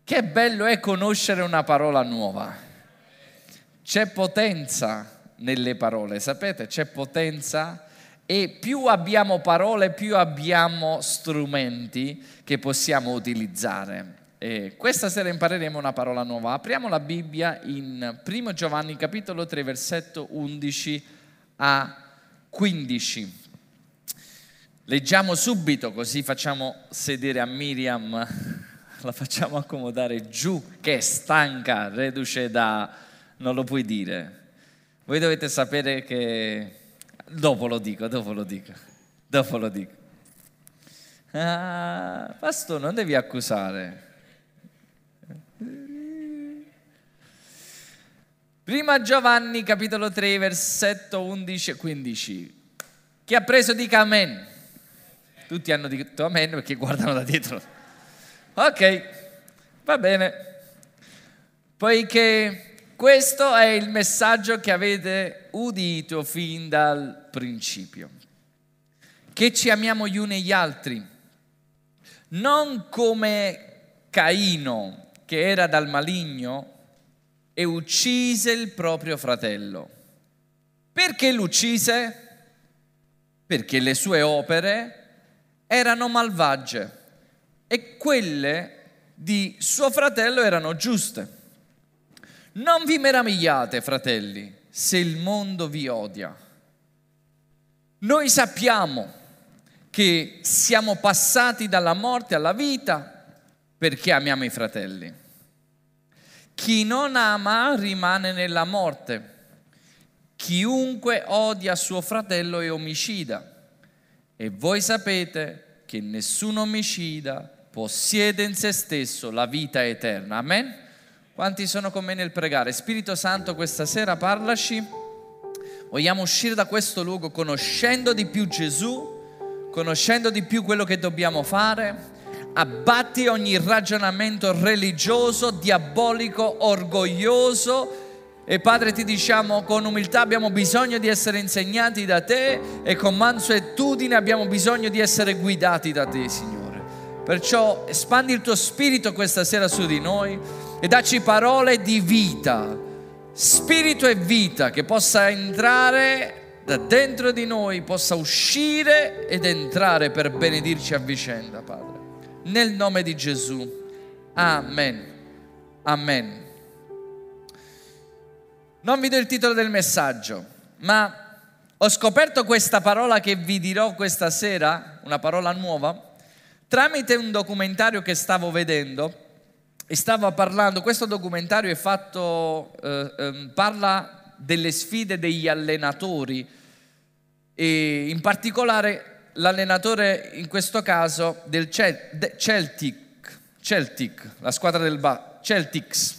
Che bello è conoscere una parola nuova. C'è potenza nelle parole, sapete? C'è potenza e più abbiamo parole, più abbiamo strumenti che possiamo utilizzare. E questa sera impareremo una parola nuova. Apriamo la Bibbia in 1 Giovanni capitolo 3 versetto 11 a 15. Leggiamo subito, così facciamo sedere a Miriam, la facciamo accomodare giù, che è stanca, reduce da... non lo puoi dire. Voi dovete sapere che... dopo lo dico. Ah, Pastore, non devi accusare. Prima Giovanni capitolo 3 versetto 11 e 15. Chi ha preso dica amen. Tutti hanno detto amen perché guardano da dietro. Ok, va bene. Poiché questo è il messaggio che avete udito fin dal principio, che ci amiamo gli uni gli altri, non come Caino, che era dal maligno e uccise il proprio fratello. Perché l'uccise? Perché le sue opere erano malvagie e quelle di suo fratello erano giuste. Non vi meravigliate, fratelli, se il mondo vi odia. Noi sappiamo che siamo passati dalla morte alla vita perché amiamo i fratelli. Chi non ama rimane nella morte. Chiunque odia suo fratello è omicida. E voi sapete che nessun omicida possiede in se stesso la vita eterna. Amen? Quanti sono con me nel pregare? Spirito Santo, questa sera parlaci. Vogliamo uscire da questo luogo conoscendo di più Gesù, conoscendo di più quello che dobbiamo fare. Abbatti ogni ragionamento religioso, diabolico, orgoglioso. E Padre, ti diciamo con umiltà abbiamo bisogno di essere insegnati da te e con mansuetudine abbiamo bisogno di essere guidati da te, Signore. Perciò espandi il tuo spirito questa sera su di noi e dacci parole di vita, spirito e vita che possa entrare da dentro di noi, possa uscire ed entrare per benedirci a vicenda, Padre. Nel nome di Gesù. Amen. Amen. Non vi do il titolo del messaggio, ma ho scoperto questa parola che vi dirò questa sera, una parola nuova, tramite un documentario che stavo vedendo e stavo parlando. Questo documentario è fatto, parla delle sfide degli allenatori e in particolare l'allenatore in questo caso del Celtic, la squadra del Celtics.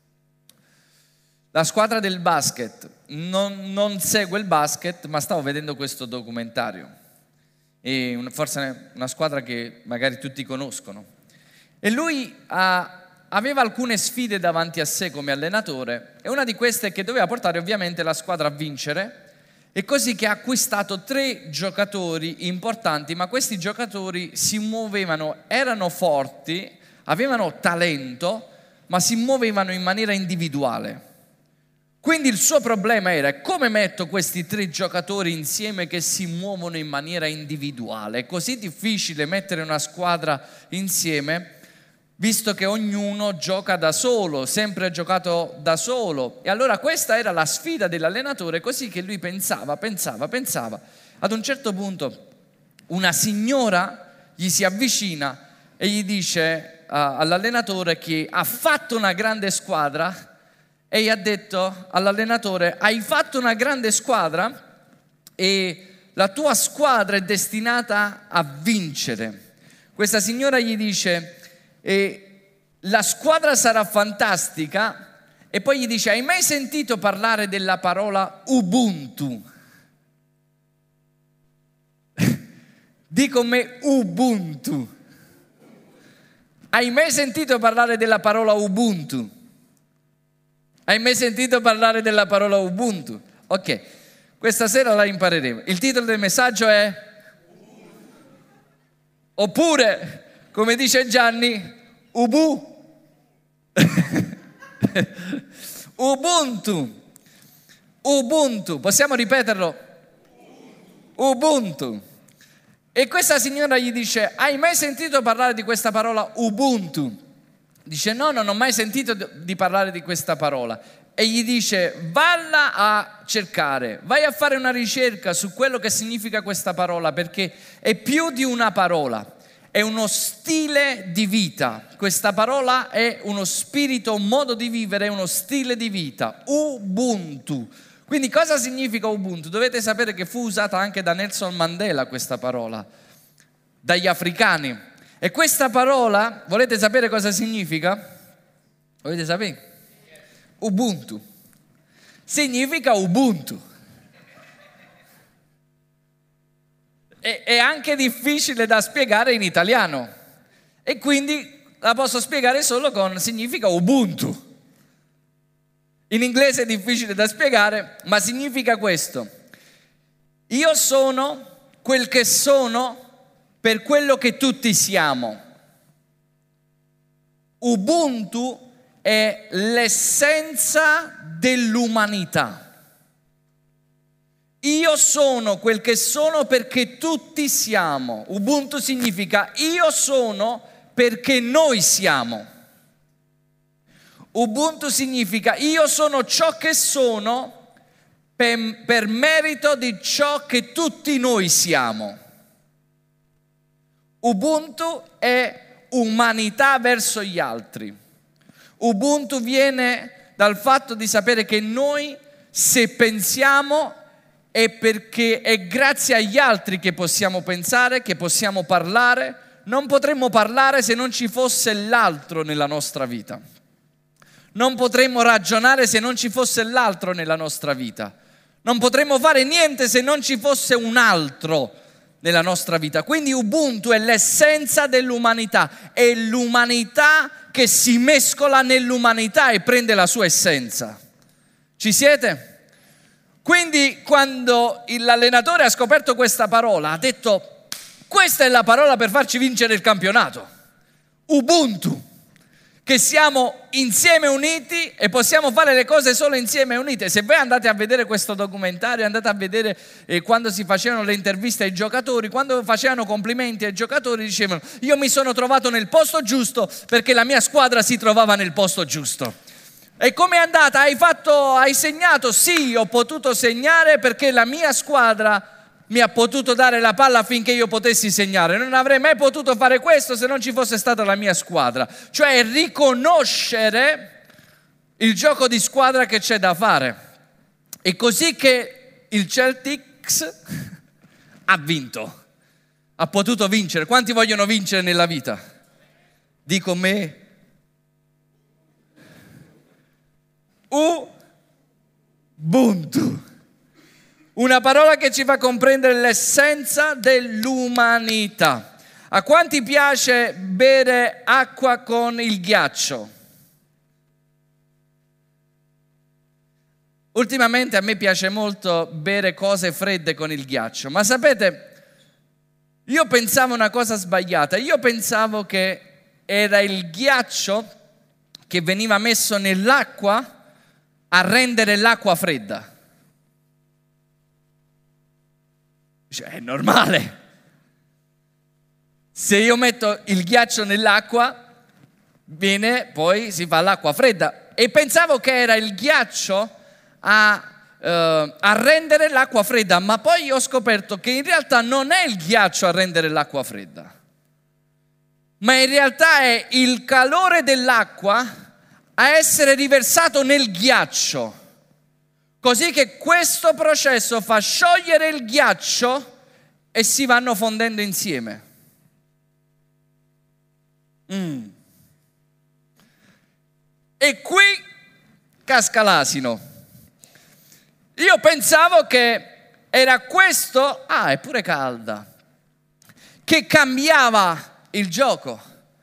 La squadra del basket non segue il basket, ma stavo vedendo questo documentario. E forse una squadra che magari tutti conoscono. E lui aveva alcune sfide davanti a sé come allenatore, e una di queste è che doveva portare ovviamente la squadra a vincere, e così che ha acquistato 3 giocatori importanti, ma questi giocatori si muovevano, erano forti, avevano talento, ma si muovevano in maniera individuale. Quindi il suo problema era: come metto questi 3 giocatori insieme che si muovono in maniera individuale? È così difficile mettere una squadra insieme, visto che ognuno gioca da solo, sempre giocato da solo. E allora questa era la sfida dell'allenatore, così che lui pensava. Ad un certo punto una signora gli si avvicina e gli dice all'allenatore che ha fatto una grande squadra. E gli ha detto all'allenatore: hai fatto una grande squadra e la tua squadra è destinata a vincere. Questa signora gli dice: la squadra sarà fantastica. E poi gli dice: hai mai sentito parlare della parola Ubuntu? Di con me Ubuntu. Hai mai sentito parlare della parola Ubuntu? Hai mai sentito parlare della parola Ubuntu? Ok, questa sera la impareremo. Il titolo del messaggio è Oppure, come dice Gianni, Ubu. Ubuntu. Ubuntu. Possiamo ripeterlo? Ubuntu. E questa signora gli dice: hai mai sentito parlare di questa parola Ubuntu? Dice: no, non ho mai sentito di parlare di questa parola. E gli dice: valla a cercare, vai a fare una ricerca su quello che significa questa parola, perché è più di una parola, è uno stile di vita. Questa parola è uno spirito, un modo di vivere, è uno stile di vita. Ubuntu. Quindi cosa significa Ubuntu? Dovete sapere che fu usata anche da Nelson Mandela questa parola, dagli africani. E questa parola, volete sapere cosa significa? Volete sapere? Ubuntu. Significa Ubuntu. È anche difficile da spiegare in italiano. E quindi la posso spiegare solo con significa Ubuntu. In inglese è difficile da spiegare, ma significa questo: io sono quel che sono per quello che tutti siamo. Ubuntu è l'essenza dell'umanità. Io sono quel che sono perché tutti siamo. Ubuntu significa io sono perché noi siamo. Ubuntu significa io sono ciò che sono per merito di ciò che tutti noi siamo. Ubuntu è umanità verso gli altri. Ubuntu viene dal fatto di sapere che noi, se pensiamo, è perché è grazie agli altri che possiamo pensare, che possiamo parlare. Non potremmo parlare se non ci fosse l'altro nella nostra vita. Non potremmo ragionare se non ci fosse l'altro nella nostra vita. Non potremmo fare niente se non ci fosse un altro nella nostra vita. Quindi Ubuntu è l'essenza dell'umanità, è l'umanità che si mescola nell'umanità e prende la sua essenza. Ci siete? Quindi quando l'allenatore ha scoperto questa parola, ha detto: questa è la parola per farci vincere il campionato. Ubuntu. Che siamo insieme uniti e possiamo fare le cose solo insieme unite. Se voi andate a vedere questo documentario, andate a vedere quando si facevano le interviste ai giocatori, quando facevano complimenti ai giocatori, dicevano: io mi sono trovato nel posto giusto perché la mia squadra si trovava nel posto giusto. E come è andata? Hai segnato? Sì, ho potuto segnare perché la mia squadra mi ha potuto dare la palla affinché io potessi segnare. Non avrei mai potuto fare questo se non ci fosse stata la mia squadra. Cioè riconoscere il gioco di squadra che c'è da fare. È così che il Celtics ha vinto. Ha potuto vincere. Quanti vogliono vincere nella vita? Dico me. Ubuntu. Una parola che ci fa comprendere l'essenza dell'umanità. A quanti piace bere acqua con il ghiaccio? Ultimamente a me piace molto bere cose fredde con il ghiaccio, ma sapete, io pensavo una cosa sbagliata. Io pensavo che era il ghiaccio che veniva messo nell'acqua a rendere l'acqua fredda. È normale. Se io metto il ghiaccio nell'acqua, poi si fa l'acqua fredda. E pensavo che era il ghiaccio a rendere l'acqua fredda, ma poi ho scoperto che in realtà non è il ghiaccio a rendere l'acqua fredda, ma in realtà è il calore dell'acqua a essere riversato nel ghiaccio. Così che questo processo fa sciogliere il ghiaccio e si vanno fondendo insieme. E qui casca l'asino. Io pensavo che era questo, è pure calda, che cambiava il gioco.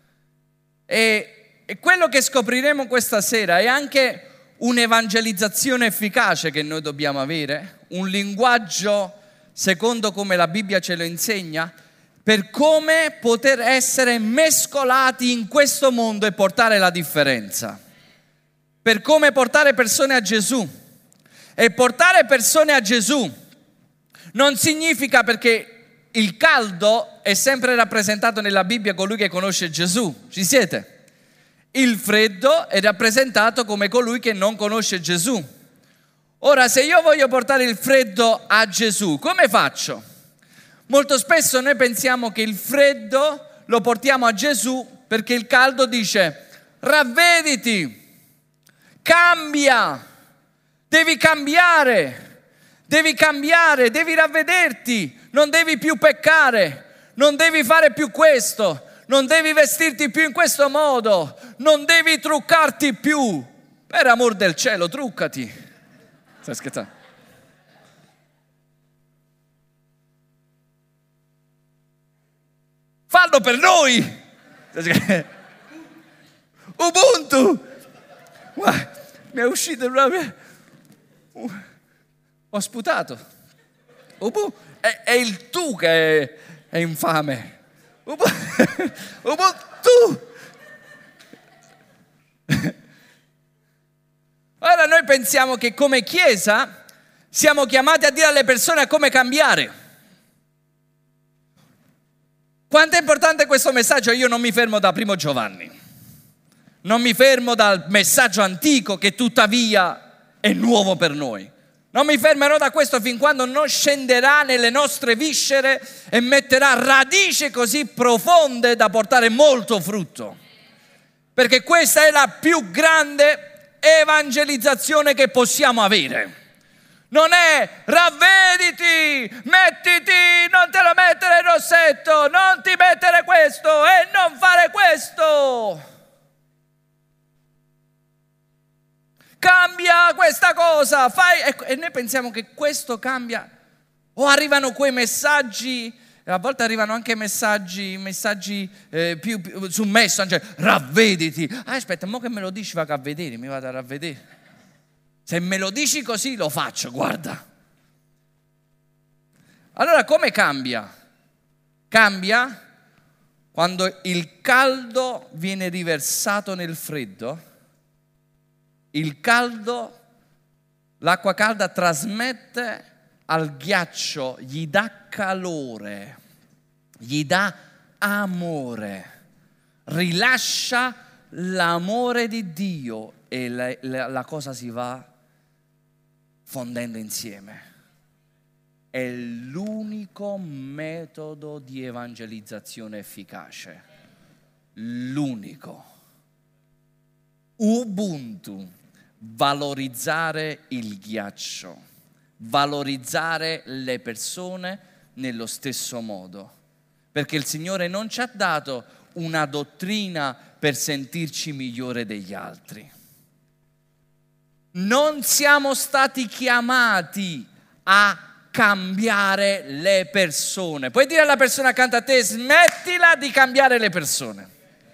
E quello che scopriremo questa sera è anche un'evangelizzazione efficace che noi dobbiamo avere, un linguaggio secondo come la Bibbia ce lo insegna, per come poter essere mescolati in questo mondo e portare la differenza, per come portare persone a Gesù. E portare persone a Gesù non significa, perché il caldo è sempre rappresentato nella Bibbia colui che conosce Gesù, ci siete? Il freddo è rappresentato come colui che non conosce Gesù. Ora, se io voglio portare il freddo a Gesù, come faccio? Molto spesso noi pensiamo che il freddo lo portiamo a Gesù perché il caldo dice: ravvediti, cambia, devi cambiare, devi ravvederti, non devi più peccare, non devi fare più questo, non devi vestirti più in questo modo, non devi truccarti più. Per amor del cielo, truccati. Stai scherzando? Fallo per noi! Ubuntu! Mi è uscito proprio... Ho sputato. È il tu che è infame. Ubuntu! Ora noi pensiamo che come Chiesa siamo chiamati a dire alle persone come cambiare. Quanto è importante questo messaggio? Io non mi fermo da Primo Giovanni, non mi fermo dal messaggio antico che tuttavia è nuovo per noi. Non mi fermerò da questo fin quando non scenderà nelle nostre viscere e metterà radici così profonde da portare molto frutto. Perché questa è la più grande evangelizzazione che possiamo avere. Non è ravvediti, mettiti, non te lo mettere il rossetto, non ti mettere questo e non fare questo. Cambia questa cosa, fai... E noi pensiamo che questo cambia. O arrivano quei messaggi, a volte arrivano anche messaggi più su Messenger, ravvediti. Aspetta, mo che me lo dici vado a vedere, mi vado a ravvedere. Se me lo dici così lo faccio, guarda. Allora come cambia? Cambia quando il caldo viene riversato nel freddo. Il caldo, l'acqua calda trasmette al ghiaccio, gli dà calore, gli dà amore, rilascia l'amore di Dio e la cosa si va fondendo insieme. È l'unico metodo di evangelizzazione efficace. L'unico. Ubuntu. Valorizzare il ghiaccio. Valorizzare le persone nello stesso modo. Perché il Signore non ci ha dato una dottrina per sentirci migliore degli altri. Non siamo stati chiamati a cambiare le persone. Puoi dire alla persona accanto a te: smettila di cambiare le persone.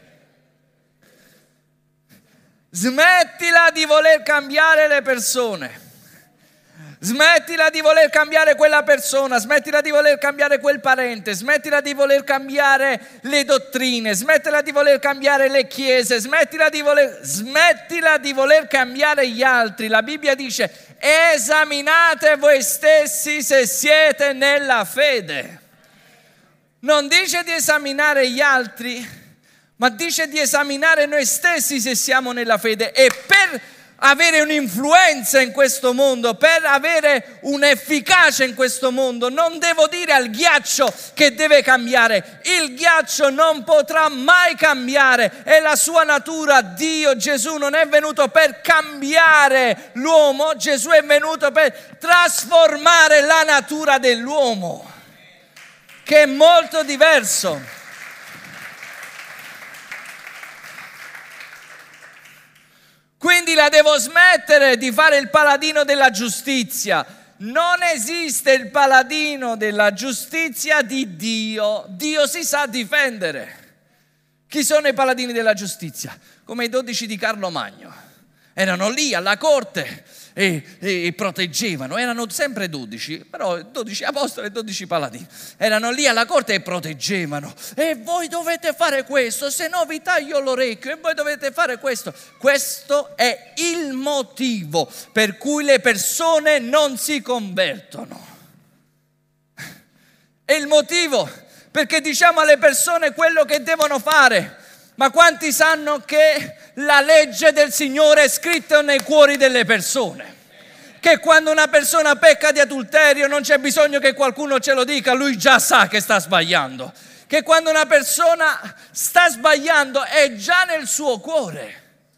Smettila di voler cambiare le persone. Smettila di voler cambiare quella persona, smettila di voler cambiare quel parente, smettila di voler cambiare le dottrine, smettila di voler cambiare le chiese, smettila di voler cambiare gli altri. La Bibbia dice: esaminate voi stessi se siete nella fede. Non dice di esaminare gli altri, ma dice di esaminare noi stessi se siamo nella fede. E per avere un'influenza in questo mondo, per avere un'efficacia in questo mondo, non devo dire al ghiaccio che deve cambiare. Il ghiaccio non potrà mai cambiare, è la sua natura. Dio, Gesù non è venuto per cambiare l'uomo, Gesù è venuto per trasformare la natura dell'uomo, che è molto diverso. Quindi la devo smettere di fare il paladino della giustizia. Non esiste il paladino della giustizia di Dio. Dio si sa difendere. Chi sono i paladini della giustizia? Come i 12 di Carlo Magno. Erano lì alla corte e proteggevano. Erano sempre 12, però 12 apostoli e 12 paladini. Erano lì alla corte e proteggevano. E voi dovete fare questo, se no vi taglio l'orecchio, e voi dovete fare questo. Questo è il motivo per cui le persone non si convertono. È il motivo perché diciamo alle persone quello che devono fare. Ma quanti sanno che la legge del Signore è scritta nei cuori delle persone? Che quando una persona pecca di adulterio non c'è bisogno che qualcuno ce lo dica, lui già sa che sta sbagliando. Che quando una persona sta sbagliando è già nel suo cuore.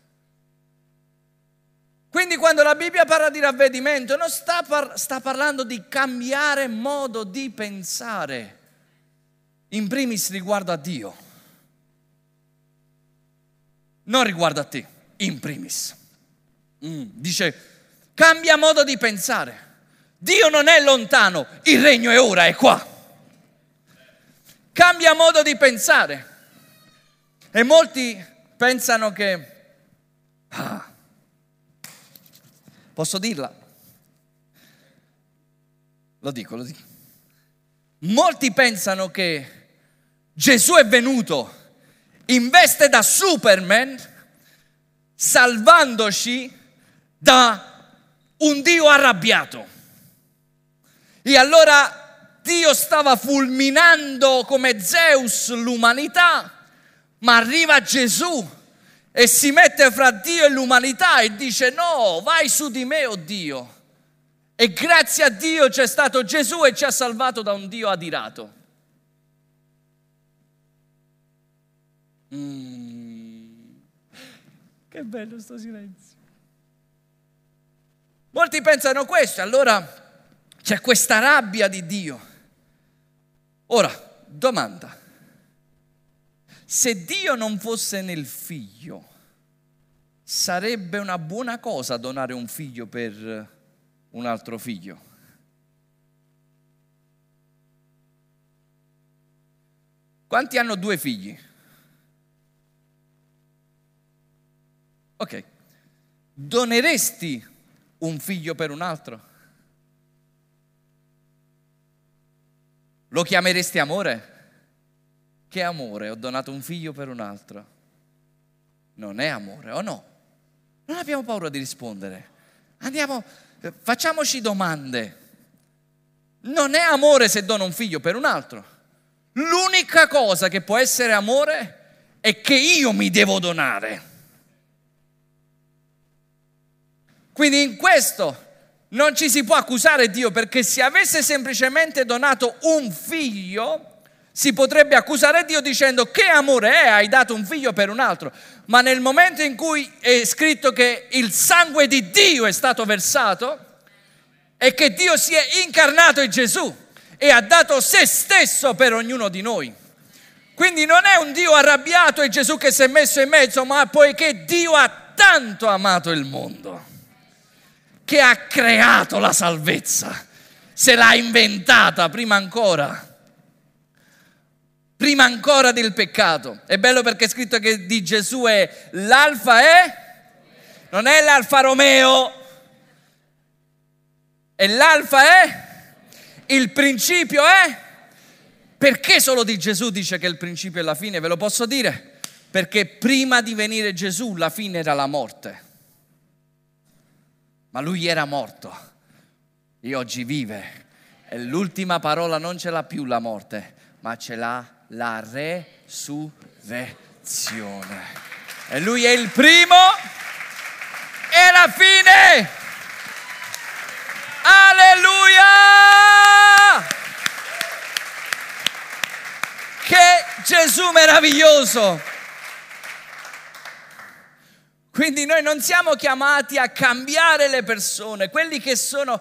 Quindi quando la Bibbia parla di ravvedimento non sta parlando di cambiare modo di pensare, in primis riguardo a Dio. Non riguardo a te, in primis. Dice, cambia modo di pensare. Dio non è lontano, il regno è ora, è qua. Cambia modo di pensare. E molti pensano che... posso dirla? Lo dico. Molti pensano che Gesù è venuto in veste da Superman, salvandoci da un Dio arrabbiato. E allora Dio stava fulminando come Zeus l'umanità, ma arriva Gesù e si mette fra Dio e l'umanità e dice: no, vai su di me, oh Dio. E grazie a Dio c'è stato Gesù e ci ha salvato da un Dio adirato. Che bello sto silenzio. Molti pensano questo, allora c'è questa rabbia di Dio. Ora, domanda: se Dio non fosse nel figlio, sarebbe una buona cosa donare un figlio per un altro figlio? Quanti hanno 2 figli? Ok, doneresti un figlio per un altro? Lo chiameresti amore? Che amore? Ho donato un figlio per un altro. Non è amore, o no? Non abbiamo paura di rispondere. Facciamoci domande. Non è amore se dono un figlio per un altro. L'unica cosa che può essere amore è che io mi devo donare. Quindi in questo non ci si può accusare Dio, perché se avesse semplicemente donato un figlio, si potrebbe accusare Dio dicendo: che amore è, hai dato un figlio per un altro. Ma nel momento in cui è scritto che il sangue di Dio è stato versato e che Dio si è incarnato in Gesù e ha dato se stesso per ognuno di noi. Quindi non è un Dio arrabbiato e Gesù che si è messo in mezzo, ma poiché Dio ha tanto amato il mondo che ha creato la salvezza, se l'ha inventata prima ancora del peccato. È bello perché è scritto che di Gesù è l'alfa non è l'Alfa Romeo, è l'alfa il principio Perché solo di Gesù dice che il principio è la fine? Ve lo posso dire? Perché prima di venire Gesù la fine era la morte. Ma lui era morto e oggi vive. E l'ultima parola non ce l'ha più la morte, ma ce l'ha la resurrezione. E lui è il primo e la fine. Alleluia! Che Gesù meraviglioso! Quindi noi non siamo chiamati a cambiare le persone, quelli che sono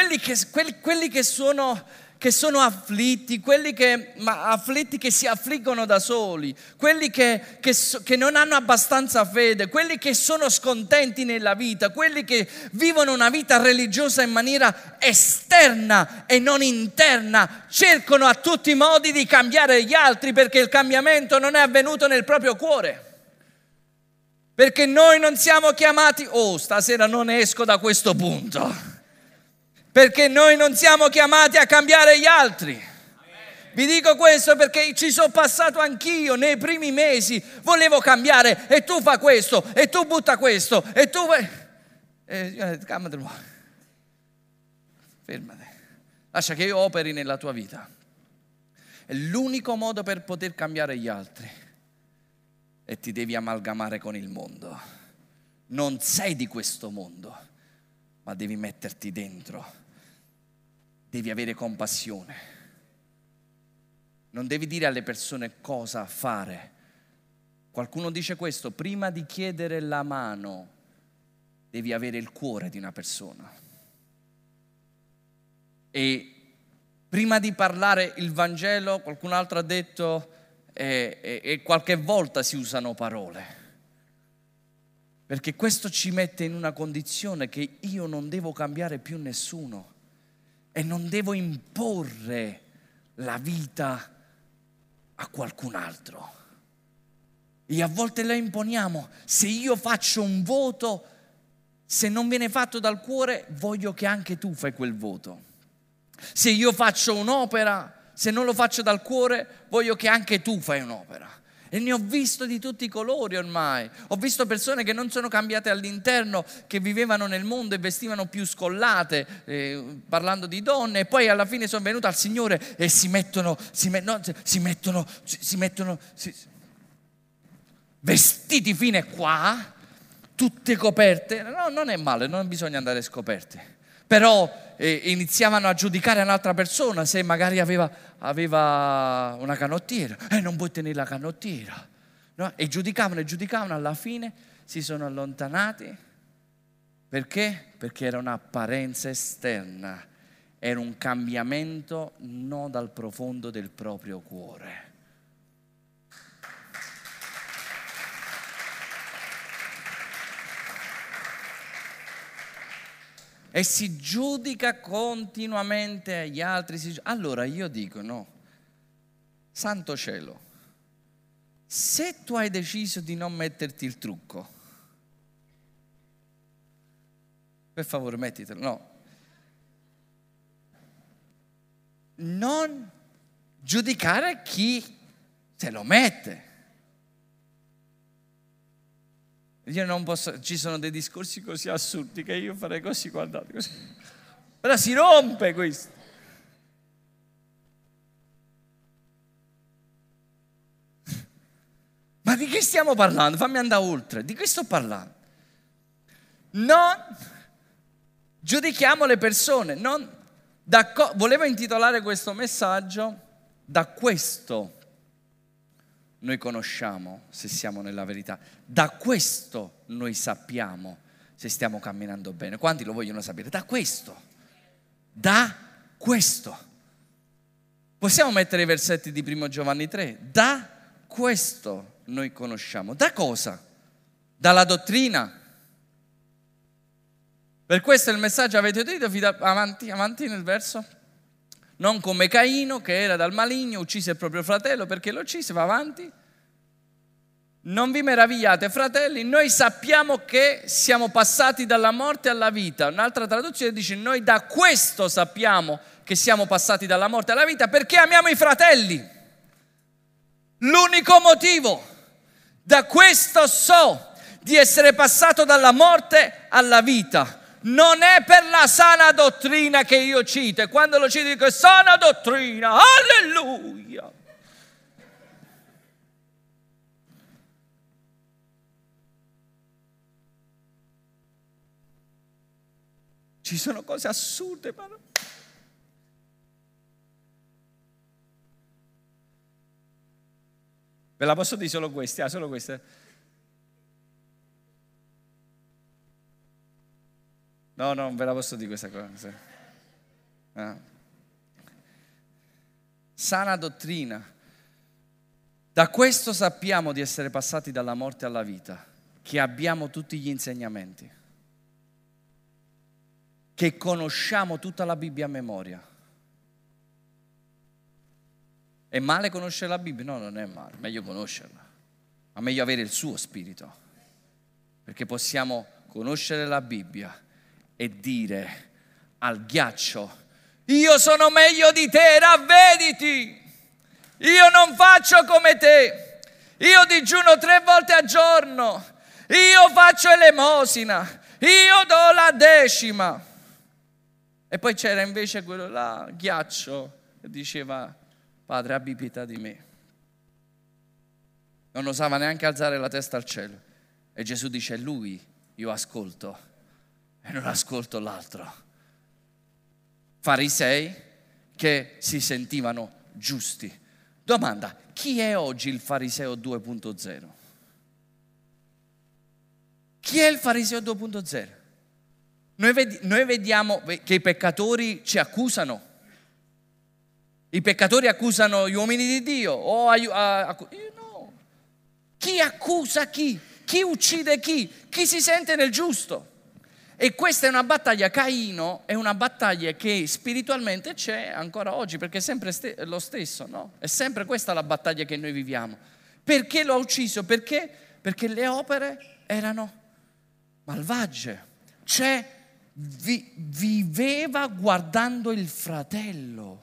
afflitti, afflitti che si affliggono da soli, quelli che non hanno abbastanza fede, quelli che sono scontenti nella vita, quelli che vivono una vita religiosa in maniera esterna e non interna, cercano a tutti i modi di cambiare gli altri perché il cambiamento non è avvenuto nel proprio cuore. Perché noi non siamo chiamati, stasera non esco da questo punto, perché noi non siamo chiamati a cambiare gli altri. Vi dico questo perché ci sono passato anch'io nei primi mesi, volevo cambiare e tu fai questo, e tu butta questo, e tu... calmati un po'. Fermati, lascia che io operi nella tua vita. È l'unico modo per poter cambiare gli altri e ti devi amalgamare con il mondo. Non sei di questo mondo, ma devi metterti dentro, devi avere compassione. Non devi dire alle persone cosa fare. Qualcuno dice questo: prima di chiedere la mano devi avere il cuore di una persona. E prima di parlare il Vangelo, qualcun altro ha detto, e qualche volta si usano parole. Perché questo ci mette in una condizione che io non devo cambiare più nessuno e non devo imporre la vita a qualcun altro. E a volte la imponiamo. Se io faccio un voto, se non viene fatto dal cuore, voglio che anche tu fai quel voto. Se io faccio un'opera, se non lo faccio dal cuore, voglio che anche tu fai un'opera. E ne ho visto di tutti i colori ormai. Ho visto persone che non sono cambiate all'interno, che vivevano nel mondo e vestivano più scollate, parlando di donne, e poi alla fine sono venute al Signore e si mettono vestiti fino a qua, tutte coperte. No, non è male, non bisogna andare scoperte. Però iniziavano a giudicare un'altra persona se magari aveva una canottiera. Non puoi tenere la canottiera. No? E giudicavano, alla fine si sono allontanati. Perché? Perché era un'apparenza esterna, era un cambiamento non dal profondo del proprio cuore. E si giudica continuamente gli altri. Allora io dico, no, santo cielo, se tu hai deciso di non metterti il trucco, per favore mettitelo, no, non giudicare chi se lo mette. Io non posso, ci sono dei discorsi così assurdi che io farei così, guardate, così. Però si rompe questo. Ma di che stiamo parlando? Fammi andare oltre. Di che sto parlando? Non giudichiamo le persone. Volevo intitolare questo messaggio: da questo noi conosciamo se siamo nella verità. Da questo noi sappiamo se stiamo camminando bene. Quanti lo vogliono sapere? Da questo. Da questo. Possiamo mettere i versetti di 1 Giovanni 3. Da questo noi conosciamo. Da cosa? Dalla dottrina. Per questo il messaggio avete udito, avanti nel verso. Non come Caino, che era dal maligno, uccise il proprio fratello. Perché lo uccise? Va avanti. Non vi meravigliate, fratelli, noi sappiamo che siamo passati dalla morte alla vita. Un'altra traduzione dice: noi da questo sappiamo che siamo passati dalla morte alla vita, perché amiamo i fratelli. L'unico motivo, da questo so di essere passato dalla morte alla vita. Non è per la sana dottrina che io cito, e quando lo cito dico sana dottrina, alleluia. Ci sono cose assurde, ma no. Ve la posso dire solo queste, solo queste. No, non ve la posso dire questa cosa. Sana dottrina. Da questo sappiamo di essere passati dalla morte alla vita, che abbiamo tutti gli insegnamenti, che conosciamo tutta la Bibbia a memoria. È male conoscere la Bibbia? No, non è male, meglio conoscerla, ma meglio avere il suo spirito. perché possiamo conoscere la Bibbia e dire al ghiaccio: io sono meglio di te, ravvediti, io non faccio come te, io digiuno 3 volte al giorno, io faccio elemosina, io do la 10ª. E poi c'era invece quello là, ghiaccio, che diceva: Padre, abbi pietà di me. Non osava neanche alzare la testa al cielo. E Gesù dice: lui io ascolto e non ascolto l'altro. Farisei che si sentivano giusti. Domanda: chi è oggi il fariseo 2.0? Chi è il fariseo 2.0? Noi vediamo che i peccatori ci accusano. I peccatori accusano gli uomini di Dio. No. Chi accusa chi? Chi uccide chi? Chi si sente nel giusto? E questa è una battaglia, Caino è una battaglia che spiritualmente c'è ancora oggi, perché è sempre lo stesso, no? È sempre questa la battaglia che noi viviamo. Perché lo ha ucciso? Perché? Perché le opere erano malvagie. Cioè viveva guardando il fratello.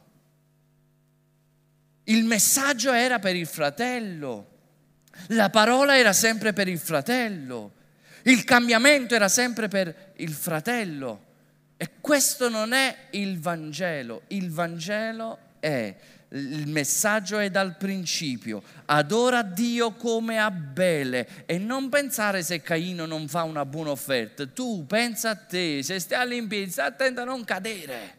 Il messaggio era per il fratello. La parola era sempre per il fratello. Il cambiamento era sempre per il fratello. E questo non è il Vangelo. Il Vangelo è, il messaggio è dal principio: adora Dio come Abele, e non pensare se Caino non fa una buona offerta. Tu pensa a te, se stai in piedi, stai attento a non cadere.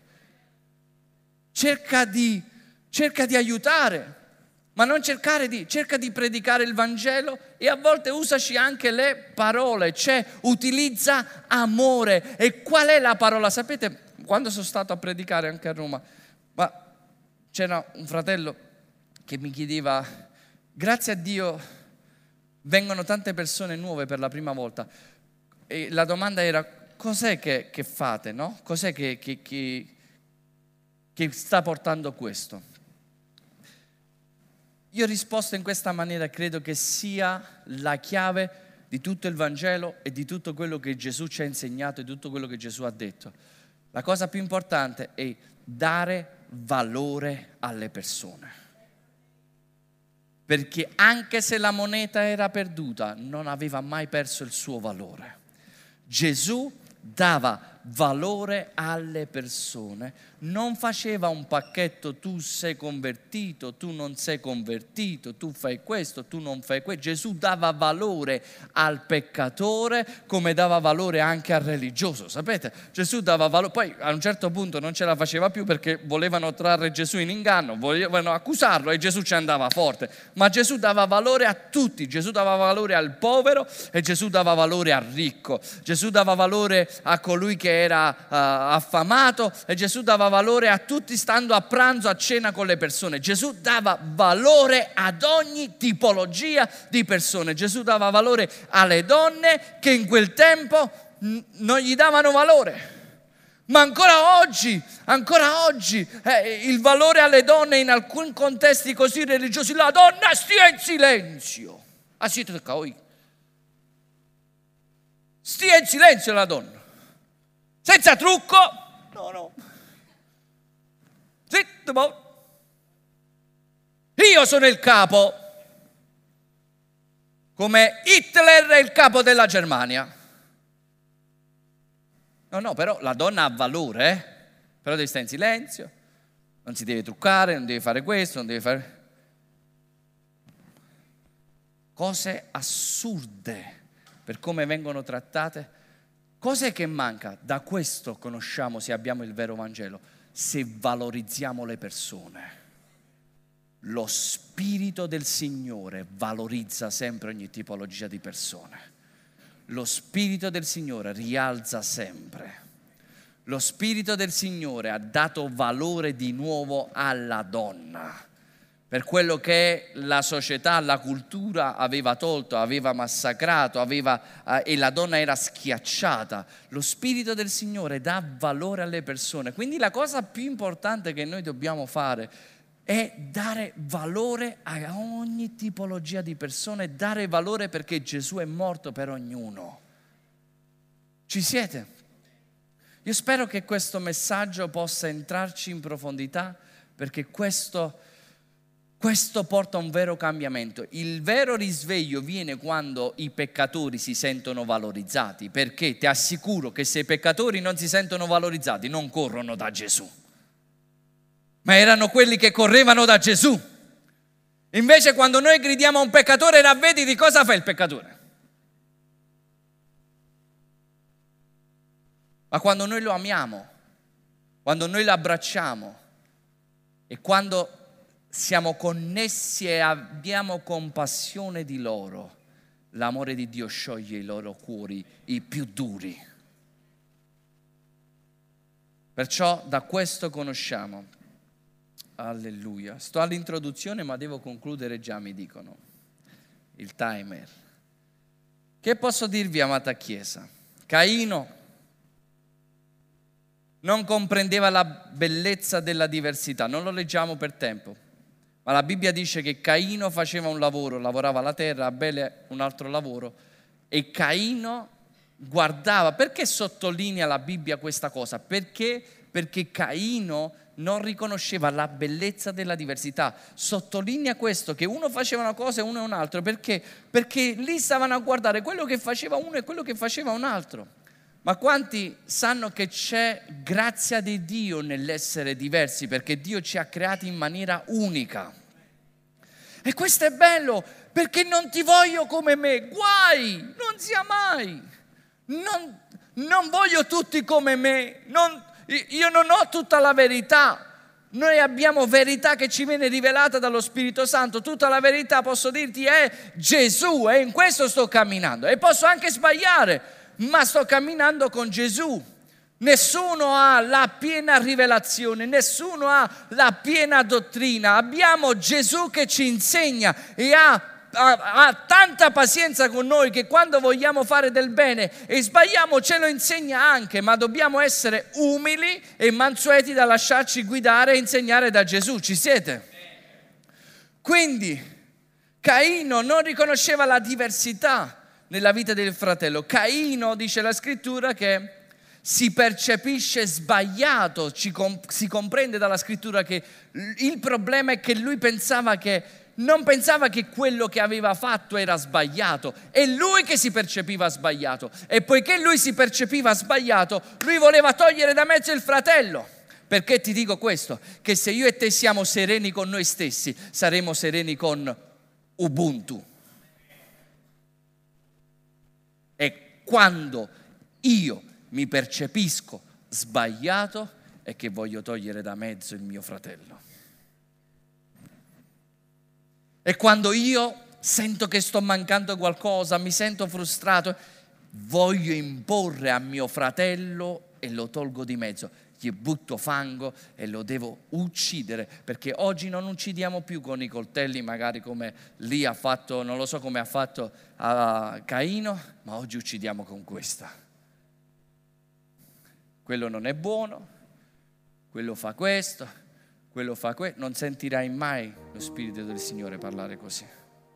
Cerca di aiutare, ma non cerca di predicare il Vangelo, e a volte usaci anche le parole, cioè utilizza amore. E qual è la parola? Sapete, quando sono stato a predicare anche a Roma, ma c'era un fratello che mi chiedeva: grazie a Dio vengono tante persone nuove per la prima volta, e la domanda era: cos'è che fate, no? Cos'è che sta portando questo? Io ho risposto in questa maniera: credo che sia la chiave di tutto il Vangelo e di tutto quello che Gesù ci ha insegnato e tutto quello che Gesù ha detto. La cosa più importante è dare valore alle persone. Perché anche se la moneta era perduta, non aveva mai perso il suo valore. Gesù dava valore alle persone, non faceva un pacchetto: tu sei convertito, tu non sei convertito, tu fai questo, tu non fai questo. Gesù dava valore al peccatore come dava valore anche al religioso, sapete? Gesù dava valore, poi a un certo punto non ce la faceva più perché volevano trarre Gesù in inganno, volevano accusarlo, e Gesù ci andava forte, ma Gesù dava valore a tutti. Gesù dava valore al povero e Gesù dava valore al ricco. Gesù dava valore a colui che era affamato, e Gesù dava valore a tutti stando a pranzo, a cena con le persone. Gesù dava valore ad ogni tipologia di persone. Gesù dava valore alle donne che in quel tempo non gli davano valore. Ma ancora oggi il valore alle donne in alcuni contesti così religiosi: la donna stia in silenzio. Stia in silenzio la donna, senza trucco. No. Zitto, io sono il capo, come Hitler è il capo della Germania. No, però la donna ha valore, però deve stare in silenzio, non si deve truccare, non deve fare questo, non deve fare cose assurde per come vengono trattate. Cos'è che manca? Da questo conosciamo se abbiamo il vero Vangelo: se valorizziamo le persone. Lo Spirito del Signore valorizza sempre ogni tipologia di persone. Lo Spirito del Signore rialza sempre. Lo Spirito del Signore ha dato valore di nuovo alla donna, per quello che la società, la cultura aveva tolto, aveva massacrato, e la donna era schiacciata. Lo Spirito del Signore dà valore alle persone. Quindi la cosa più importante che noi dobbiamo fare è dare valore a ogni tipologia di persone, dare valore, perché Gesù è morto per ognuno. Ci siete? Io spero che questo messaggio possa entrarci in profondità, perché questo porta a un vero cambiamento. Il vero risveglio viene quando i peccatori si sentono valorizzati, perché ti assicuro che se i peccatori non si sentono valorizzati non corrono da Gesù, ma erano quelli che correvano da Gesù. Invece quando noi gridiamo a un peccatore, ravvediti, cosa fa il peccatore? Ma quando noi lo amiamo, quando noi lo abbracciamo e quando siamo connessi e abbiamo compassione di loro, l'amore di Dio scioglie i loro cuori, i più duri. Perciò da questo conosciamo. Alleluia. Sto all'introduzione, ma devo concludere già, mi dicono. Il timer. Che posso dirvi, amata Chiesa? Caino non comprendeva la bellezza della diversità. Non lo leggiamo per tempo, ma la Bibbia dice che Caino faceva un lavoro, lavorava la terra, Abele un altro lavoro, e Caino guardava. Perché sottolinea la Bibbia questa cosa? Perché Caino non riconosceva la bellezza della diversità. Sottolinea questo, che uno faceva una cosa e uno un altro, perché lì stavano a guardare quello che faceva uno e quello che faceva un altro. Ma quanti sanno che c'è grazia di Dio nell'essere diversi, perché Dio ci ha creati in maniera unica? E questo è bello, perché non ti voglio come me, guai, non sia mai. Non voglio tutti come me, io non ho tutta la verità. Noi abbiamo verità che ci viene rivelata dallo Spirito Santo. Tutta la verità, posso dirti, è Gesù, e in questo sto camminando. E posso anche sbagliare, ma sto camminando con Gesù. Nessuno ha la piena rivelazione, nessuno ha la piena dottrina. Abbiamo Gesù che ci insegna e ha tanta pazienza con noi, che quando vogliamo fare del bene e sbagliamo ce lo insegna anche, ma dobbiamo essere umili e mansueti da lasciarci guidare e insegnare da Gesù. Ci siete? Quindi Caino non riconosceva la diversità nella vita del fratello. Caino, dice la scrittura, che si percepisce sbagliato, si comprende dalla scrittura che il problema è che lui non pensava che quello che aveva fatto era sbagliato, è lui che si percepiva sbagliato, e poiché lui si percepiva sbagliato, lui voleva togliere da mezzo il fratello. Perché ti dico questo? Che se io e te siamo sereni con noi stessi, saremo sereni con Ubuntu. E quando io mi percepisco sbagliato è che voglio togliere da mezzo il mio fratello. E quando io sento che sto mancando qualcosa, mi sento frustrato, voglio imporre a mio fratello e lo tolgo di mezzo. Gli butto fango e lo devo uccidere, perché oggi non uccidiamo più con i coltelli, magari come lì ha fatto, non lo so come ha fatto a Caino, ma oggi uccidiamo con questa. Quello non è buono, quello fa questo, quello fa questo. Non sentirai mai lo Spirito del Signore parlare così.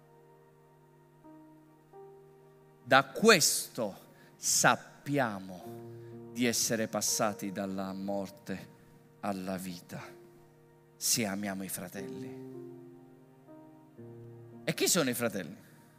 Da questo sappiamo di essere passati dalla morte alla vita, se amiamo i fratelli. E chi sono i fratelli?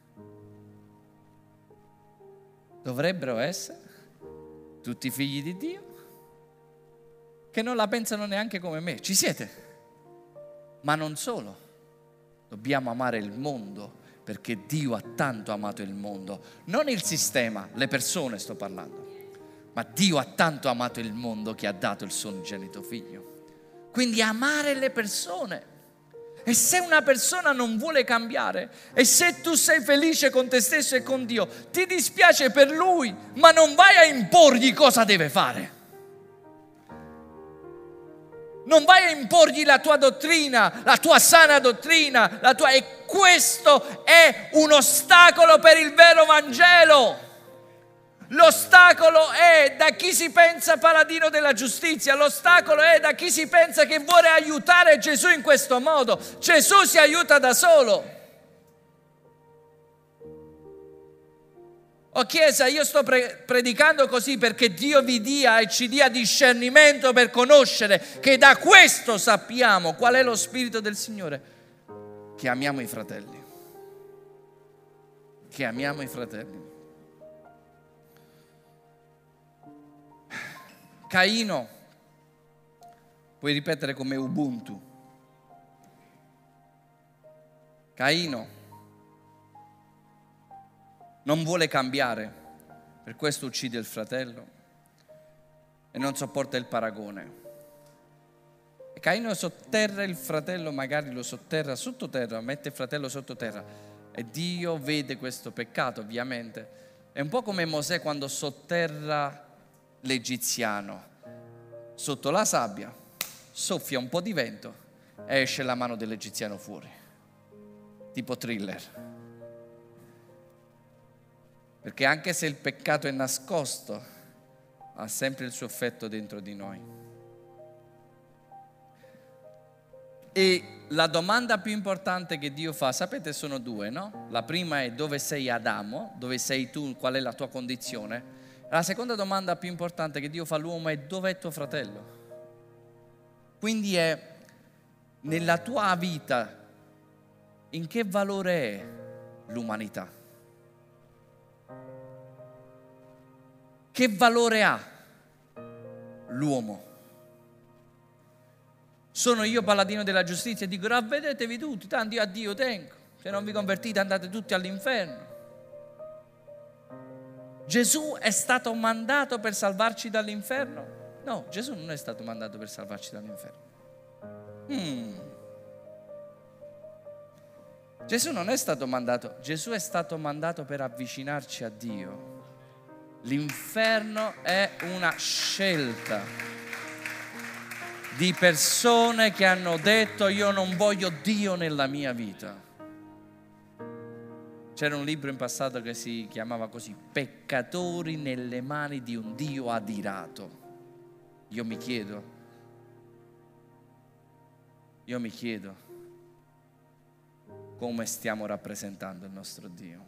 Dovrebbero essere tutti figli di Dio, che non la pensano neanche come me. Ci siete? Ma non solo, dobbiamo amare il mondo, perché Dio ha tanto amato il mondo, non il sistema, le persone sto parlando, ma Dio ha tanto amato il mondo che ha dato il suo unigenito figlio. Quindi amare le persone. E se una persona non vuole cambiare, e se tu sei felice con te stesso e con Dio, ti dispiace per lui, ma non vai a imporgli cosa deve fare. Non vai a imporgli la tua dottrina, la tua sana dottrina, e questo è un ostacolo per il vero Vangelo. L'ostacolo è da chi si pensa paladino della giustizia, l'ostacolo è da chi si pensa che vuole aiutare Gesù in questo modo. Gesù si aiuta da solo. Oh Chiesa, io sto predicando così perché Dio vi dia e ci dia discernimento per conoscere che da questo sappiamo qual è lo Spirito del Signore, che amiamo i fratelli. Che amiamo i fratelli. Caino, puoi ripetere come Ubuntu. Caino non vuole cambiare, per questo uccide il fratello e non sopporta il paragone. E Caino sotterra il fratello, magari lo sotterra sottoterra, mette il fratello sottoterra e Dio vede questo peccato, ovviamente. È un po' come Mosè quando sotterra l'egiziano sotto la sabbia, soffia un po' di vento e esce la mano dell'egiziano fuori, tipo Thriller. Perché anche se il peccato è nascosto, ha sempre il suo effetto dentro di noi. E la domanda più importante che Dio fa, sapete, sono due, no? La prima è: dove sei Adamo? Dove sei tu? Qual è la tua condizione? La seconda domanda più importante che Dio fa all'uomo è: dov'è tuo fratello? Quindi è: nella tua vita, in che valore è l'umanità? Che valore ha l'uomo? Sono io paladino della giustizia e dico: ravvedetevi tutti, tanto io a Dio tengo. Se non vi convertite andate tutti all'inferno. Gesù è stato mandato per salvarci dall'inferno? No, Gesù non è stato mandato per salvarci dall'inferno. Gesù non è stato mandato, Gesù è stato mandato per avvicinarci a Dio. L'inferno è una scelta di persone che hanno detto: io non voglio Dio nella mia vita. C'era un libro in passato che si chiamava così: Peccatori nelle mani di un Dio adirato. Io mi chiedo, come stiamo rappresentando il nostro Dio?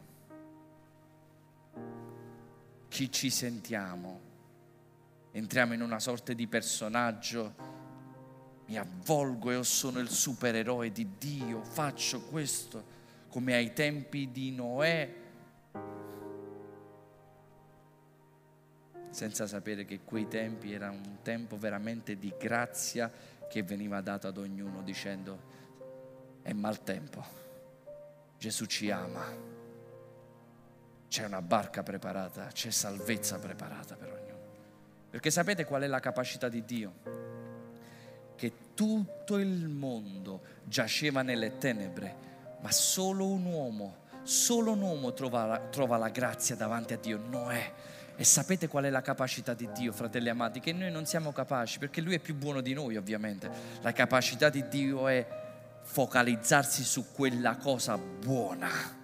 Chi ci sentiamo? Entriamo in una sorta di personaggio: mi avvolgo e io sono il supereroe di Dio, faccio questo, come ai tempi di Noè, senza sapere che quei tempi era un tempo veramente di grazia che veniva dato ad ognuno, dicendo: è maltempo, Gesù ci ama, c'è una barca preparata, c'è salvezza preparata per ognuno. Perché sapete qual è la capacità di Dio? Che tutto il mondo giaceva nelle tenebre, ma solo un uomo trova la grazia davanti a Dio, Noè. E sapete qual è la capacità di Dio, fratelli amati? Che noi non siamo capaci, perché Lui è più buono di noi, ovviamente. La capacità di Dio è focalizzarsi su quella cosa buona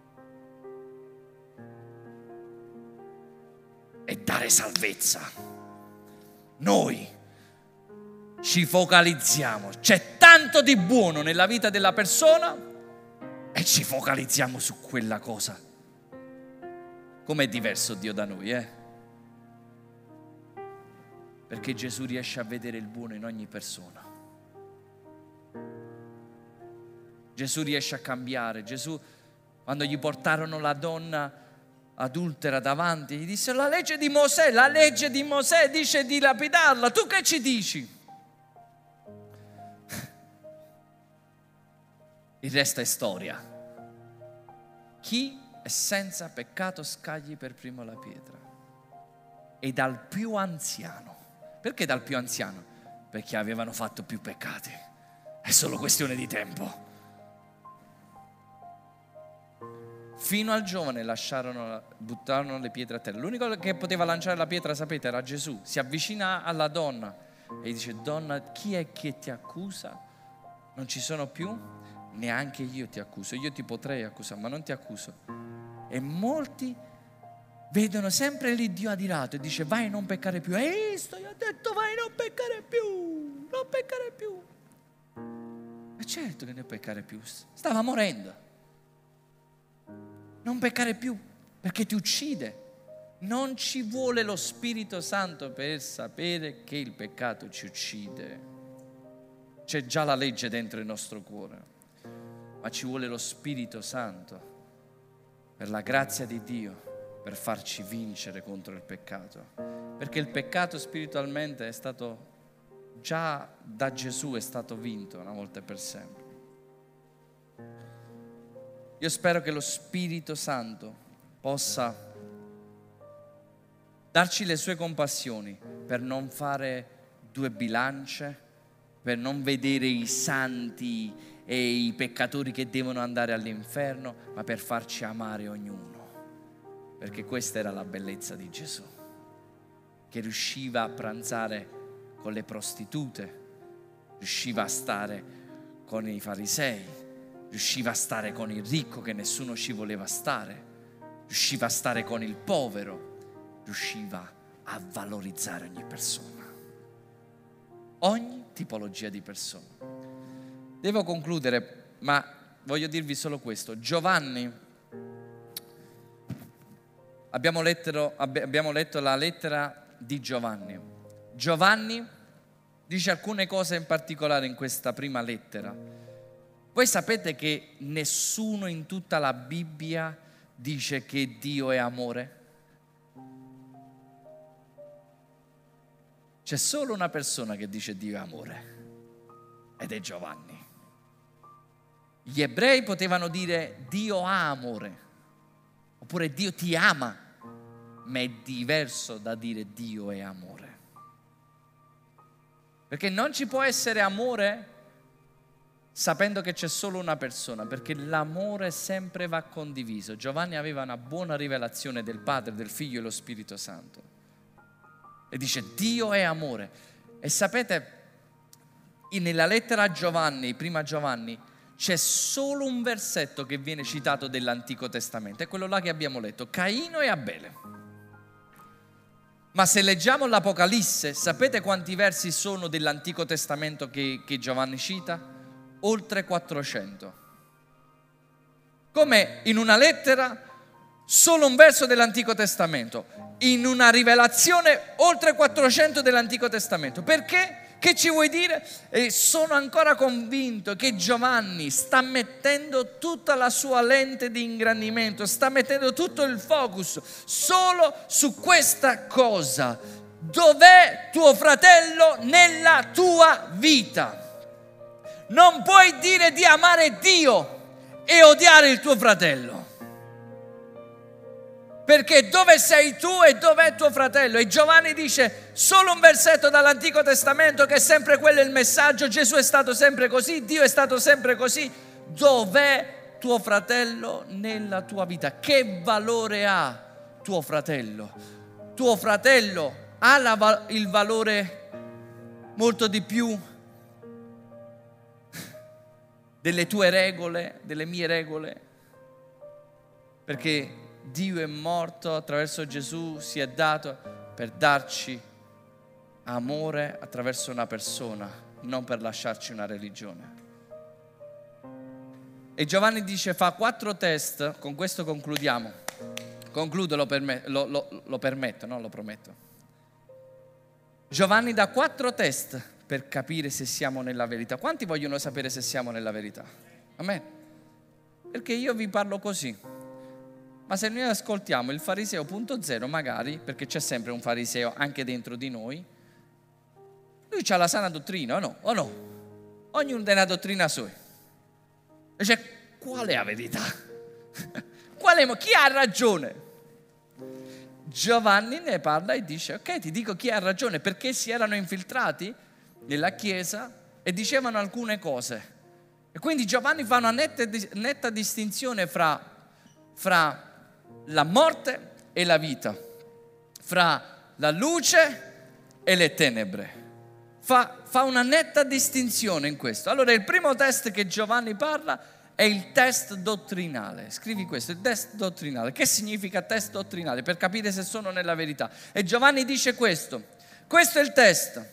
e dare salvezza. Noi ci focalizziamo, c'è tanto di buono nella vita della persona e ci focalizziamo su quella cosa. Com'è diverso Dio da noi, Perché Gesù riesce a vedere il buono in ogni persona. Gesù riesce a cambiare. Gesù, quando gli portarono la donna adultera davanti, gli disse: la legge di Mosè dice di lapidarla, tu che ci dici? Il resto è storia. Chi è senza peccato scagli per primo la pietra. E dal più anziano. Perché dal più anziano? Perché avevano fatto più peccati. È solo questione di tempo. Fino al giovane buttarono le pietre a terra. L'unico che poteva lanciare la pietra, sapete, era Gesù. Si avvicina alla donna e dice: donna, chi è che ti accusa? Non ci sono più? Neanche io ti accuso. Io ti potrei accusare, ma non ti accuso. E molti vedono sempre l'Iddio adirato e dice: vai, non peccare più. E io ho detto: vai, non peccare più, non peccare più. E certo che non peccare più, stava morendo. Non peccare più. perché ti uccide. Non ci vuole lo Spirito Santo per sapere che il peccato ci uccide. C'è già la legge dentro il nostro cuore, ma ci vuole lo Spirito Santo per la grazia di Dio, per farci vincere contro il peccato. Perché il peccato spiritualmente è stato già da Gesù, è stato vinto una volta e per sempre. Io spero che lo Spirito Santo possa darci le sue compassioni per non fare due bilance, per non vedere i santi e i peccatori che devono andare all'inferno, ma per farci amare ognuno. Perché questa era la bellezza di Gesù, che riusciva a pranzare con le prostitute, riusciva a stare con i farisei, riusciva a stare con il ricco che nessuno ci voleva stare, riusciva a stare con il povero, riusciva a valorizzare ogni persona, ogni tipologia di persona. Devo concludere, ma voglio dirvi solo questo. Giovanni, abbiamo letto la lettera di Giovanni. Giovanni dice alcune cose in particolare in questa prima lettera. Voi sapete che nessuno in tutta la Bibbia dice che Dio è amore? C'è solo una persona che dice Dio è amore, ed è Giovanni. Gli ebrei potevano dire Dio ha amore, oppure Dio ti ama, ma è diverso da dire Dio è amore. Perché non ci può essere amore sapendo che c'è solo una persona, perché l'amore sempre va condiviso. Giovanni aveva una buona rivelazione del Padre, del Figlio e lo Spirito Santo. E dice Dio è amore. E sapete, nella lettera a Giovanni, prima Giovanni, c'è solo un versetto che viene citato dell'Antico Testamento, è quello là che abbiamo letto, Caino e Abele. Ma se leggiamo l'Apocalisse, sapete quanti versi sono dell'Antico Testamento che Giovanni cita? Oltre 400. Come in una lettera solo un verso dell'Antico Testamento, in una rivelazione oltre 400 dell'Antico Testamento. Perché? Che ci vuoi dire? E sono ancora convinto che Giovanni sta mettendo tutta la sua lente di ingrandimento, sta mettendo tutto il focus solo su questa cosa. Dov'è tuo fratello nella tua vita? Non puoi dire di amare Dio e odiare il tuo fratello. Perché dove sei tu e dov'è tuo fratello? E Giovanni dice solo un versetto dall'Antico Testamento che è sempre quello il messaggio. Gesù è stato sempre così, Dio è stato sempre così. Dov'è tuo fratello nella tua vita? Che valore ha tuo fratello? Tuo fratello ha il valore molto di più delle tue regole, delle mie regole? Perché Dio è morto attraverso Gesù, si è dato per darci amore attraverso una persona, non per lasciarci una religione. E Giovanni dice, fa 4 test, con questo concludiamo. Concludo, lo permetto, non lo prometto. Giovanni dà 4 test per capire se siamo nella verità. Quanti vogliono sapere se siamo nella verità? Amen. Perché io vi parlo così. Ma se noi ascoltiamo il fariseo punto zero, magari, perché c'è sempre un fariseo anche dentro di noi, lui ha la sana dottrina, o no? Ognuno ha una dottrina sua. E c'è, qual è la verità? Chi ha ragione? Giovanni ne parla e dice, ok, ti dico chi ha ragione, perché si erano infiltrati nella chiesa e dicevano alcune cose. E quindi Giovanni fa una netta distinzione fra la morte e la vita, fra la luce e le tenebre. Fa una netta distinzione in questo. Allora il primo test che Giovanni parla è il test dottrinale. Scrivi questo, il test dottrinale. Che significa test dottrinale? Per capire se sono nella verità. E Giovanni dice questo. Questo è il test.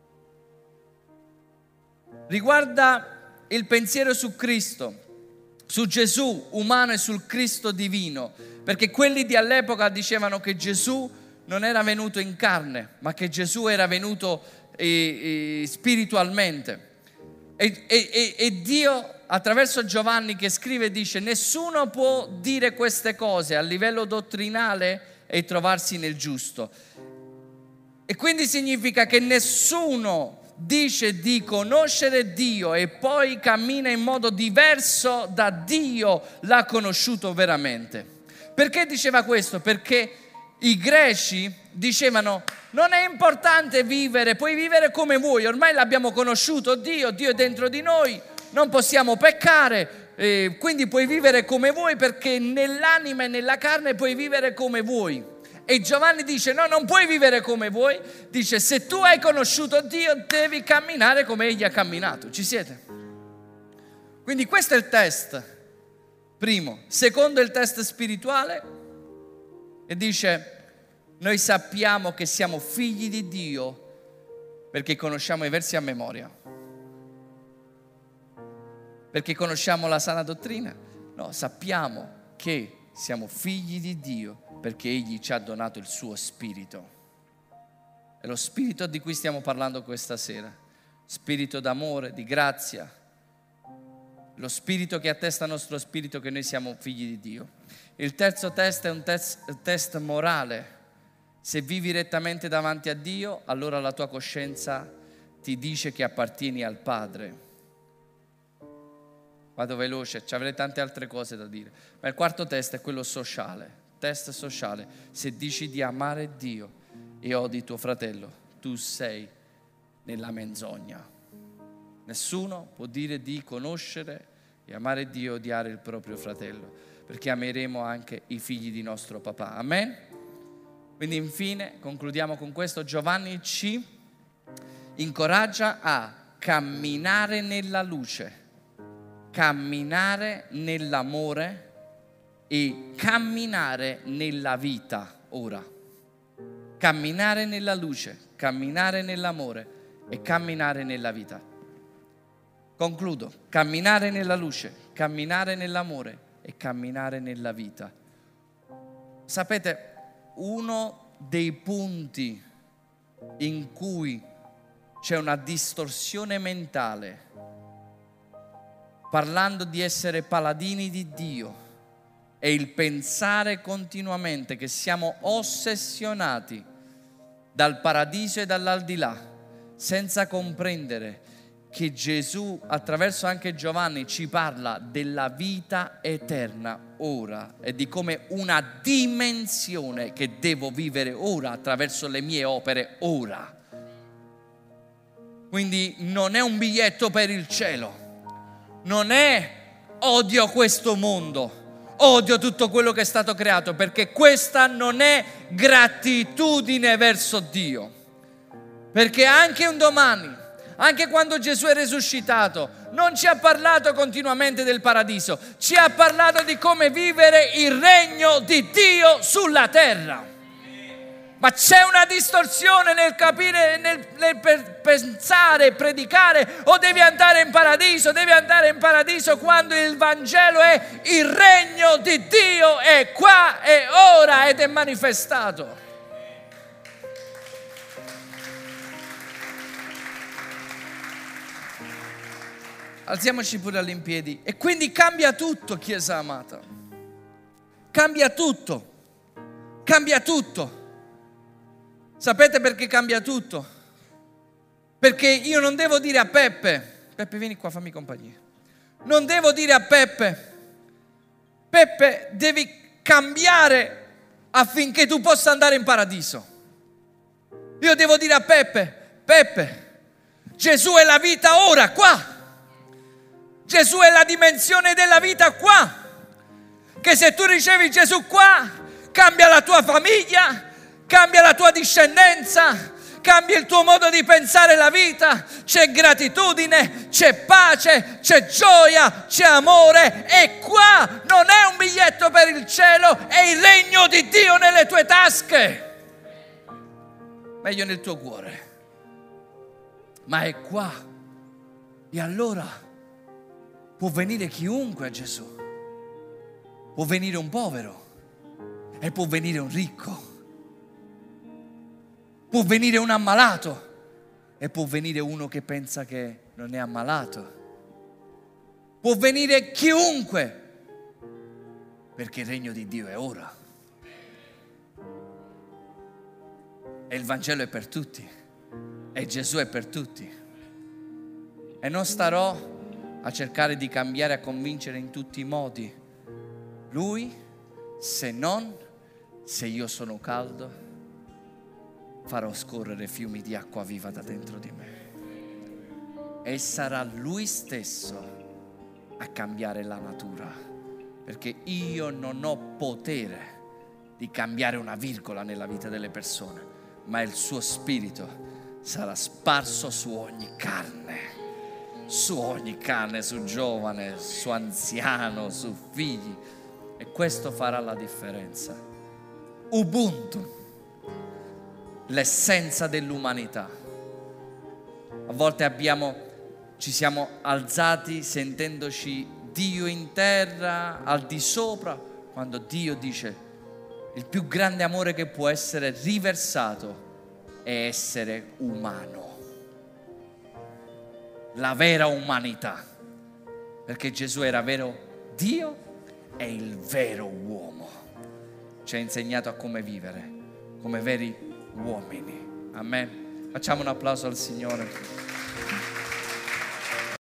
Riguarda il pensiero su Cristo, su Gesù umano e sul Cristo divino, perché quelli di all'epoca dicevano che Gesù non era venuto in carne, ma che Gesù era venuto spiritualmente. E Dio, attraverso Giovanni che scrive, dice: nessuno può dire queste cose a livello dottrinale e trovarsi nel giusto. E quindi significa che nessuno dice di conoscere Dio e poi cammina in modo diverso da Dio l'ha conosciuto veramente. Perché diceva questo? Perché i greci dicevano: non è importante vivere, puoi vivere come vuoi, ormai l'abbiamo conosciuto Dio è dentro di noi, non possiamo peccare, quindi puoi vivere come vuoi, perché nell'anima e nella carne puoi vivere come vuoi. E Giovanni dice: no, non puoi vivere come vuoi, dice: se tu hai conosciuto Dio devi camminare come Egli ha camminato. Ci siete? Quindi questo è il test primo. Secondo, il test spirituale, e dice: noi sappiamo che siamo figli di Dio perché conosciamo i versi a memoria. Perché conosciamo la sana dottrina? No, sappiamo che siamo figli di Dio perché Egli ci ha donato il suo spirito. È lo spirito di cui stiamo parlando questa sera. Spirito d'amore, di grazia. Lo spirito che attesta al nostro spirito che noi siamo figli di Dio. Il terzo test è un test morale. Se vivi rettamente davanti a Dio, allora la tua coscienza ti dice che appartieni al Padre. Vado veloce, ci avrei tante altre cose da dire. Ma il quarto test è quello sociale. Test sociale. Se dici di amare Dio e odi tuo fratello, tu sei nella menzogna. Nessuno può dire di conoscere e amare Dio e odiare il proprio fratello, perché ameremo anche i figli di nostro papà. Amen? Quindi infine concludiamo con questo. Giovanni ci incoraggia a camminare nella luce, camminare nell'amore e camminare nella vita ora. Camminare nella luce, camminare nell'amore e camminare nella vita. Concludo. Camminare nella luce, camminare nell'amore e camminare nella vita. Sapete, uno dei punti in cui c'è una distorsione mentale, parlando di essere paladini di Dio, è il pensare continuamente che siamo ossessionati dal paradiso e dall'aldilà, senza comprendere che Gesù, attraverso anche Giovanni, ci parla della vita eterna ora e di come una dimensione che devo vivere ora attraverso le mie opere ora. Quindi non è un biglietto per il cielo, non è odio questo mondo, odio tutto quello che è stato creato, perché questa non è gratitudine verso Dio. Perché anche un domani, anche quando Gesù è risuscitato, non ci ha parlato continuamente del paradiso, ci ha parlato di come vivere il regno di Dio sulla terra. Ma c'è una distorsione nel capire, nel pensare e predicare: o devi andare in paradiso, quando il Vangelo è il regno di Dio, è qua, è ora ed è manifestato. Alziamoci pure all'impiedi. E quindi cambia tutto, Chiesa amata. Cambia tutto. Cambia tutto. Sapete perché cambia tutto? Perché io non devo dire a Peppe: Peppe, vieni qua, fammi compagnia. Non devo dire a Peppe: Peppe, devi cambiare affinché tu possa andare in paradiso. Io devo dire a Peppe: Peppe, Gesù è la vita ora, qua. Gesù è la dimensione della vita qua, che se tu ricevi Gesù qua, cambia la tua famiglia, cambia la tua discendenza, cambia il tuo modo di pensare la vita, c'è gratitudine, c'è pace, c'è gioia, c'è amore, e qua non è un biglietto per il cielo, è il regno di Dio nelle tue tasche, meglio nel tuo cuore, ma è qua. E allora può venire chiunque a Gesù. Può venire un povero e può venire un ricco. Può venire un ammalato e può venire uno che pensa che non è ammalato. Può venire chiunque, perché il regno di Dio è ora. E il Vangelo è per tutti. E Gesù è per tutti. E non starò a cercare di cambiare, a convincere in tutti i modi Lui, se io sono caldo, farò scorrere fiumi di acqua viva da dentro di me. E sarà Lui stesso a cambiare la natura, perché io non ho potere di cambiare una virgola nella vita delle persone, ma il suo spirito sarà sparso su ogni carne, su giovane, su anziano, su figli, e questo farà la differenza. Ubuntu, l'essenza dell'umanità. A volte ci siamo alzati sentendoci Dio in terra, al di sopra, quando Dio dice il più grande amore che può essere riversato è essere umano, la vera umanità, perché Gesù era vero Dio e il vero uomo. Ci ha insegnato a come vivere come veri uomini. Amen. Facciamo un applauso al Signore.